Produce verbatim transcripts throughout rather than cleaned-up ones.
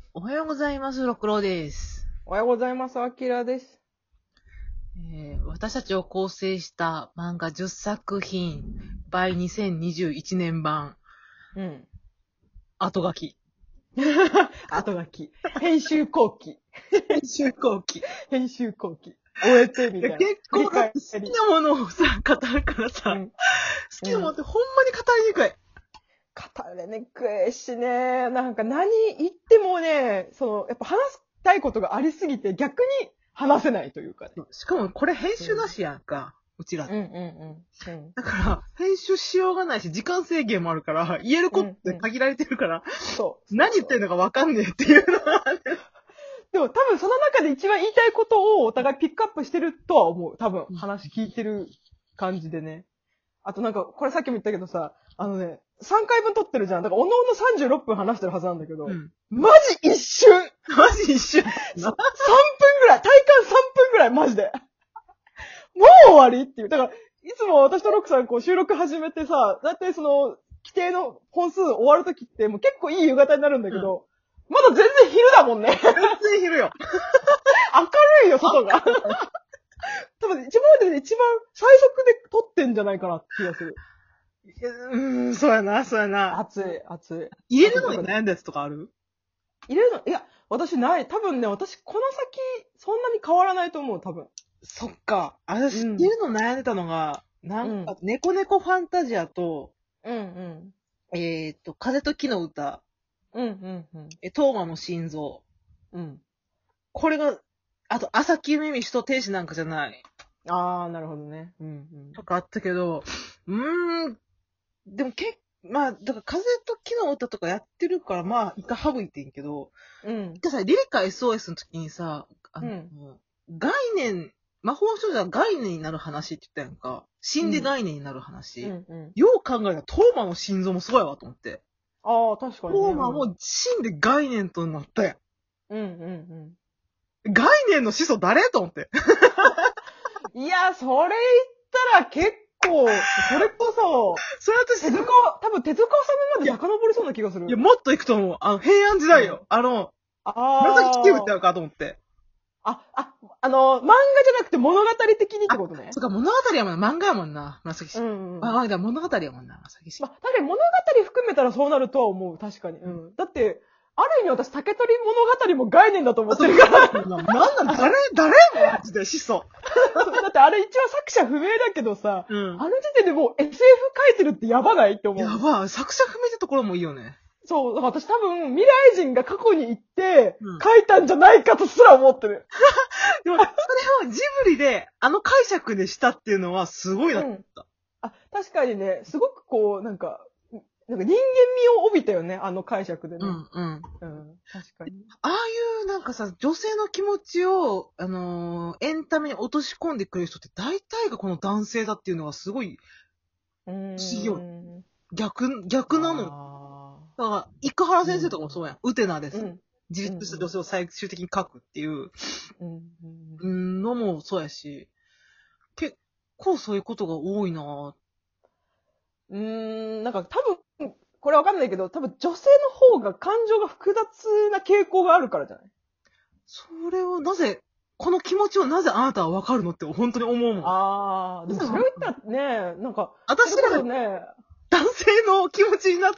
おはようございます、六郎です。 おはようございます。あきらです。 えー私たちを構成した漫画じゅっさく品 by にせんにじゅういちねん版うん。 後書き。 後書き。編集後期。 編集後期。 編集後期。終えてみたいな。 結構だって好きなものをさ、語るからさ、 うん。 好きなものってほんまに語りにくい。 語れにくいしね。なんか何言ってもね、その、やっぱ話したいことがありすぎて逆に話せないというかね。 しかもこれ編集なしやんか、うちらって。 うんうんうん。うん。 だから、編集しようがないし、時間制限もあるから、言えることって限られてるから、 そう。 何言ってんのかわかんねえっていうのはある。 でも多分その中で一番言いたいことをお互いピックアップしてるとは思う。多分うん話聞いてる感じでね。あとなんか、これさっきも言ったけどさ、あのね、さんかいぶん撮ってるじゃん。だから、おのおのさんじゅうろっぷん話してるはずなんだけど、 うん。 マジ一瞬 ! マジ一瞬。 さんぷんぐらい体感さんぷんぐらいマジでもう終わりっていう。だから、いつも私とロックさんこう収録始めてさ、だいたいその、規定の本数終わるときってもう結構いい夕方になるんだけど、うん、まだ全然昼だもんね。 全然昼よ。 明るいよ、外が。多分、一番までで一番最速で撮ってんじゃないかなって気がする。 うーん、そうやな、そうやな。 暑い、暑い。 入れるのに悩んだやつとかある？ 入れるの、いや、私ない。多分ね、私この先、そんなに変わらないと思う、多分。 そっか。私、 うん入れるの悩んでたのが、なんか、猫猫ファンタジアと、 うんうん。 えーっと、風と木の歌、 うんうんうん。 え、トーマの心臓。 うん。 これが、あと、朝木夢見人天使なんかじゃない。 あー、なるほどね。うんうん。 とかあったけど、うーん、でもけまあ、だから風と木の歌とかやってるから、まあ、一回省いてんけど、 うん一。回さ、リリカ エスオーエス の時にさ、あの、 うん。 概念、魔法少女は概念になる話って言ったやんか。死んで概念になる話。 うんうん。 よう考えたらトーマの心臓もすごいわと思って。 あー、確かにね。 トーマも死んで概念となったやん。 うんうん概念の始祖誰と思って。 うん。いや、それ言ったら結構、それこそ、 それ私、 手塚、多分手塚治虫まで遡りそうな気がする。 いや、もっと行くと思う。あの、平安時代よ。あの、 あ紫式部ってー。 やるかと思って。 あ、あ、あの、漫画じゃなくて物語的にってことね。 そっか、物語やもんな。漫画やもんな。紫式部。 うんうん。 あ、あ、だ物語やもんな。紫式部。 まあ、確かに物語含めたらそうなるとは思う。確かに。うん。だって、ある意味私、竹取物語も概念だと思ってるから。 なんなん誰、誰マジで始祖。 だってあれ一応作者不明だけどさ、 うん。 あの時点でもう エスエフ 書いてるってやばないって思う。 やばい。作者不明ってところもいいよね。 そう。だから私多分、未来人が過去に行って、 うん書いたんじゃないかとすら思ってる。 でも、それをジブリで、あの解釈でしたっていうのはすごいなと思った。 あ、確かにね、すごくこう、なんか、なんか人間味を帯びたよね、あの解釈でね。 うん、うん。 うん。確かに。 ああいうなんかさ、女性の気持ちを、あのーエンタメに落とし込んでくれる人って大体がこの男性だっていうのはすごいうーん。 不思議よ。逆、逆なのよ。 あだから、生原先生とかもそうやん。ウテナです。 ーうん。 自立した女性を最終的に書くっていううん。 うんのもそうやし、結構そういうことが多いなぁ。 うーん、なんか多分、これわかんないけど、多分女性の方が感情が複雑な傾向があるからじゃない？ それをなぜ、この気持ちをなぜあなたはわかるのって本当に思うもん。 ああ、でもそれを言ったらね、なんか、 私らそれこそね、 男性の気持ちになって、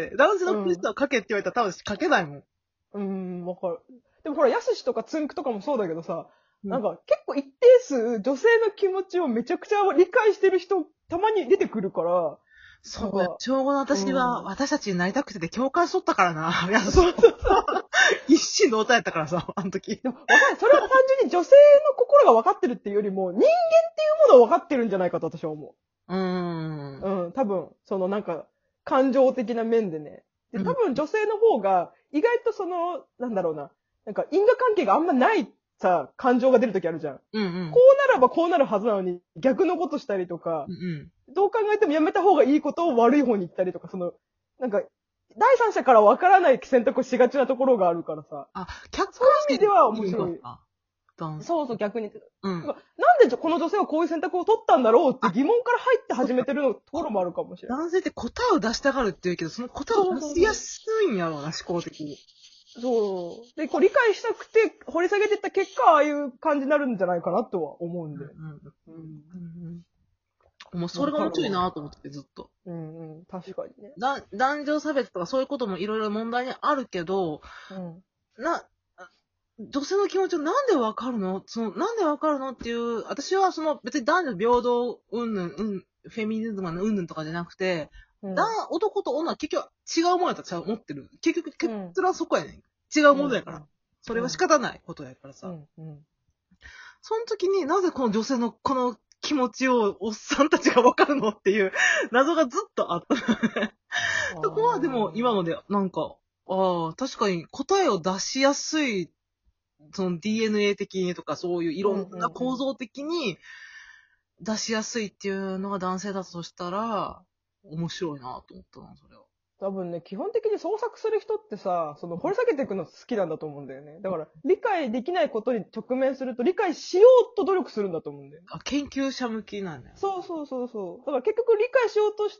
男性のピストを書けって言われたら多分書けないもん。 うーん、わかる。でもほら、ヤスシとかツンクとかもそうだけどさ、 うんなんか結構一定数女性の気持ちをめちゃくちゃ理解してる人たまに出てくるから、 そうや。小ごの私は、 うん私たちになりたくてで共感しとったからな。いや、そう。一心同体やったからさ、あの時。 でも、わかんない。それは単純に女性の心が分かってるっていうよりも、人間っていうものを分かってるんじゃないかと私は思うーん。 う。うん、多分、そのなんか、感情的な面でね。で、多分女性の方が、意外とその、なんだろうな、なんか因果関係があんまないさ、感情が出るときあるじゃん。 うんうん。 こうならばこうなるはずなのに、逆のことしたりとかう、んどう考えてもやめた方がいいことを悪い方に行ったりとか、その、なんか、第三者から分からない選択をしがちなところがあるからさ。 あ、客観そういう意味では面白い。 男性。 そうそう、逆に。 うん。 なんでこの女性はこういう選択を取ったんだろうって疑問から入って始めてるのところもあるかもしれない。 男性って答えを出したがるって言うけど、その答えを出しやすいんやろうな、思考的に。 そう。で、こう理解したくて掘り下げていった結果、ああいう感じになるんじゃないかなとは思うんで。 うんうんうん。もうそれが面白いなと思ってて、ずっと。 うんうん。確かにね。 だ男女差別とかそういうこともいろいろ問題にあるけど、 うん。 な、女性の気持ちをなんでわかるのその、なんでわかるのっていう、私はその別に男女平等、うんぬん、うん、フェミニズムのうんぬんとかじゃなくて、 うんだ男と女は結局違うものだと思ってる。結局、結うん論はそこやねん。違うものやから。 うんそれは仕方ないことやからさ。 うんうん。 その時になぜこの女性のこの気持ちをおっさんたちがわかるのっていう謎がずっとあった。そこはでも今のでなんか、ああ、確かに答えを出しやすい、その ディーエヌエー 的にとかそういういろんな構造的に出しやすいっていうのが男性だとしたら、面白いなと思ったな、それは。 多分ね、基本的に創作する人ってさ、その掘り下げていくの好きなんだと思うんだよね。だから、理解できないことに直面すると、理解しようと努力するんだと思うんだよね。 あ、研究者向きなんだよ。 そうそうそうそう。だから結局理解しようとして、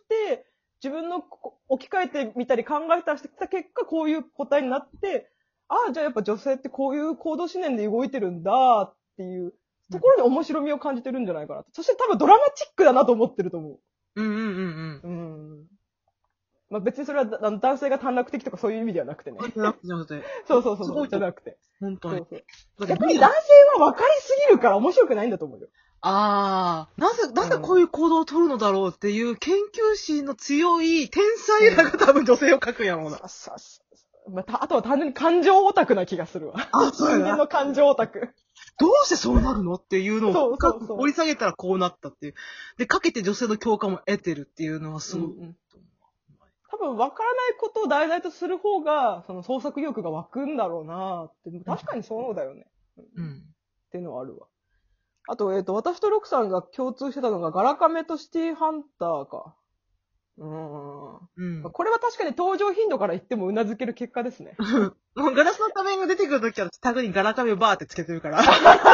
自分のこ置き換えてみたり考えたりしてきた結果、こういう答えになって、ああ、じゃあやっぱ女性ってこういう行動思念で動いてるんだっていうところに面白みを感じてるんじゃないかなと。そして多分ドラマチックだなと思ってると思う。 うんうんうんうん。 うん。まあ別にそれはだ男性が短絡的とかそういう意味ではなくてね。 じゃなくて、じゃなくて。 そうそうそう。 すごいじゃなくて。 本当に。 そうそう。 だって逆に男性は分かりすぎるから面白くないんだと思うよ。 ああ、なぜ、なぜこういう行動を取るのだろうっていう研究心の強い天才らが多分女性を描くんやろうな。 そうそうそう。まあ、たあとは単純に感情オタクな気がするわ。 あ、そうや人間な。 の感情オタク。 どうしてそうなるのっていうのをそうそうそう掘り下げたらこうなったっていう。で、かけて女性の共感も得てるっていうのはすごい。 うんうん多分分からないことを題材とする方が、その創作意欲が湧くんだろうなって。確かにそうだよね。 うん。 っていうのはあるわ。あと、えっ、と、私とロクさんが共通してたのが、ガラカメとシティハンターか。うーん。 うん。 これは確かに登場頻度から言っても頷ける結果ですね。 もうガラスの仮面が出てくるときはタグにガラカメをバーってつけてるから。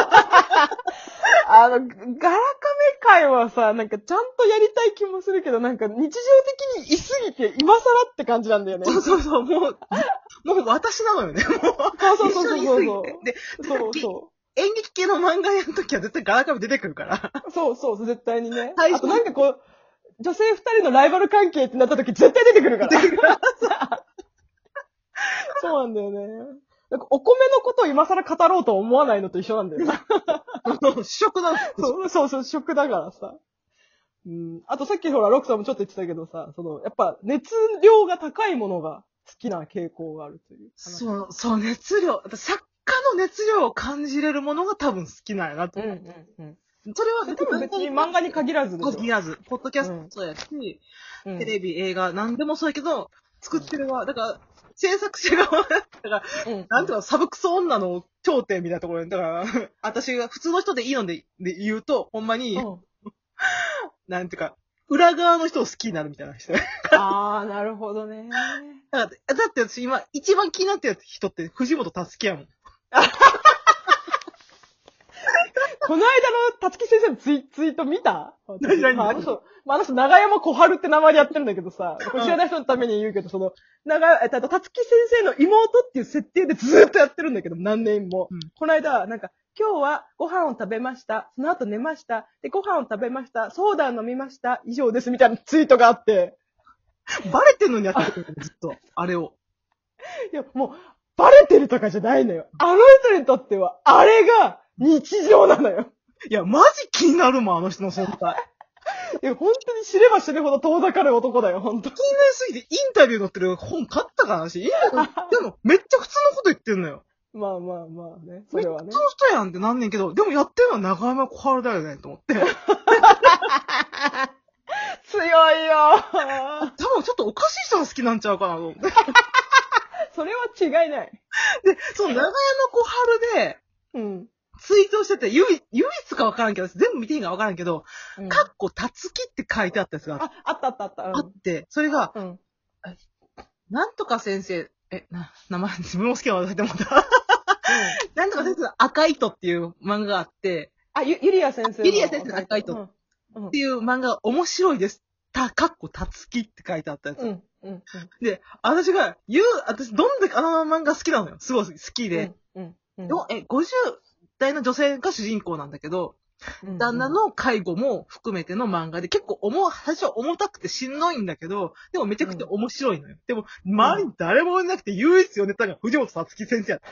あの、ガラカメ界はさ、なんかちゃんとやりたい気もするけど、なんか日常的にいすぎて今更って感じなんだよね。 そうそうそう、もう、もう私なのよね、もう。 そうそうそうそう一緒にいすぎてで、 そうそ演劇系の漫画やるときは絶対ガラカメ出てくるから。 う。そうそう、絶対にね。 はいあとなんかこう、女性二人のライバル関係ってなった時絶対出てくるから。そうなんだよね。なんかお米のことを今更語ろうと思わないのと一緒なんだよな。 主食なの。 そうそうそう、食だからさ。うん。あとさっきほら、ロクさんもちょっと言ってたけどさ、その、やっぱ熱量が高いものが好きな傾向があるという。 そう、そう、熱量。作家の熱量を感じれるものが多分好きなんやなと。 うんうんうん。 それは多分別に漫画に限らずでしょ。 限らず、ポッドキャストそうやし、 うん、 テレビ、映画、なんでもそうやけど、作ってる側、だから、制作者側、だから、 うん、 なんていうの、サブクソ女の頂点みたいなところに、だから、私が普通の人でいいのでで言うと、ほんまに、 うん、 なんていうか、裏側の人を好きになるみたいな人。 あー、なるほどね。 だってだって私今、一番気になってる人って藤本たつきやもん。 この間のたつき先生のツイツイート見た何何まあ、あの人、まあ、あの人、長山小春って名前でやってるんだけどさ、これ知らない人のために言うけど、その、長、えっと、たつき先生の妹っていう設定でずーっとやってるんだけど、何年も。 うんこの間、なんか、今日はご飯を食べました。その後寝ました。で、ご飯を食べました。ソーダを飲みました。以上です。みたいなツイートがあって。 バレてんのにやってるずっと、あれを。 いや、もう、バレてるとかじゃないのよ。あの人にとっては、あれが日常なのよ。 いや、マジ気になるもん、あの人の存在。 いや、本当に知れば知るほど遠ざかる男だよ、本当に。 気になりすぎてインタビュー載ってる本買ったからし、インタビューでもめっちゃ普通のこと言ってんのよ。 まあまあまあね、それはね普通。の人やんってなんねんけど、でもやってるのは長山小春だよね、と思って。 強いよ多分ちょっとおかしい人が好きなんちゃうかなと思って。 それは違いない。 で、その長山小春で、 うん。 ツイートしてて、唯唯一かわからんけど、全部見ていいんかわからんけど、 うんかっこたつきって書いてあったやつがあ、あったあったあった。 あって、それが、 うん。 なんとか先生、え、な、名前、自分も好きなの忘れてもらった。なんとか先生の赤糸っていう漫画があって、 あ、ゆ、ゆりや先生の。 ゆりや先生の赤い糸うん。うんっていう漫画が面白いです。た、かっこたつきって書いてあったやつ。 うん。 うん。 で、私が言う、私どんだけあの漫画好きなのよ。すごい好きで。 うん。うん。 でも、え、ごじゅう代の女性が主人公なんだけど、旦那の介護も含めての漫画で、結構重、最初は重たくてしんどいんだけど、でもめちゃくちゃ面白いのよ。でも、周りに誰もいなくて唯一読んでたのが藤本さつき先生やった。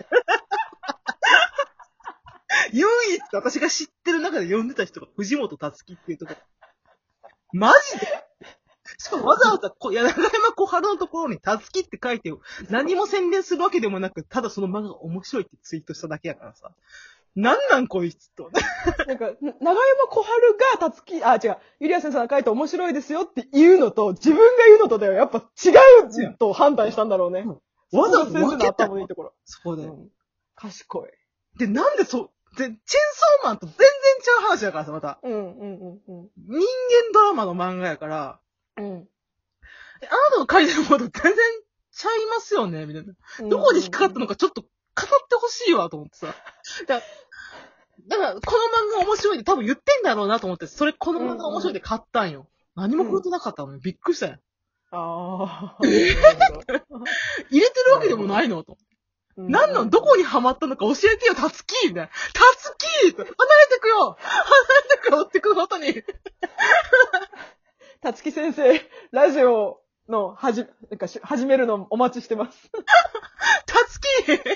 唯一私が知ってる中で読んでた人が藤本たつきっていうところ。マジでしかもわざわざこ、柳山小春のところにたつきって書いて、何も宣伝するわけでもなく、ただその漫画が面白いってツイートしただけやからさ。なんなんこいつと。 なんか、長山小春がたつき、あ、違う、ゆりや先生が書いて面白いですよって言うのと、自分が言うのとではやっぱ違うと判断したんだろうね。 わざわざ先生の頭のいいところ。 そこで、 うん。賢い。 で、なんでそ、で、チェンソーマンと全然違う話だからさ、また。 うん、うん、うん、うん。 人間ドラマの漫画やから、 うん。 あなたの書いてること全然ちゃいますよねみたいな。どこで引っかかったのかちょっと語ってほしいわと思ってさ。だだから、この漫画面白いって多分言ってんだろうなと思って、それこの漫画面白いって買ったんよ。何も食ってなかったのにびっくりしたよ。 ああ。 入れてるわけでもないのと。なんなんどこにハマったのか教えてよ、たつきみたいな。たつき離れてくよ離れてくよってくことに。 たつき先生、ラジオのはじ、なんかし、始めるのお待ちしてます。 たつき教えてくれ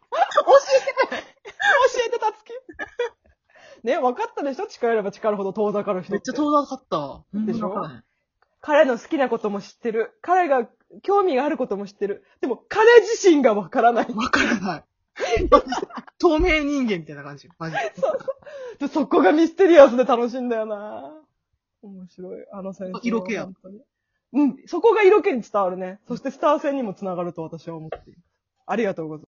教えてたつきね、分かったでしょ力あれば力ほど遠ざかる人って。 めっちゃ遠ざかった。 でしょ彼の好きなことも知ってる。彼が興味があることも知ってる。でも彼自身が分からない。 分からない。透明人間みたいな感じ。マジで。 そうそう。そこがミステリアスで楽しいんだよな。面白い。あの先生。 色気や。 うん。そこが色気に伝わるね。そしてスター戦にもつながると私は思っている。ありがとうございます。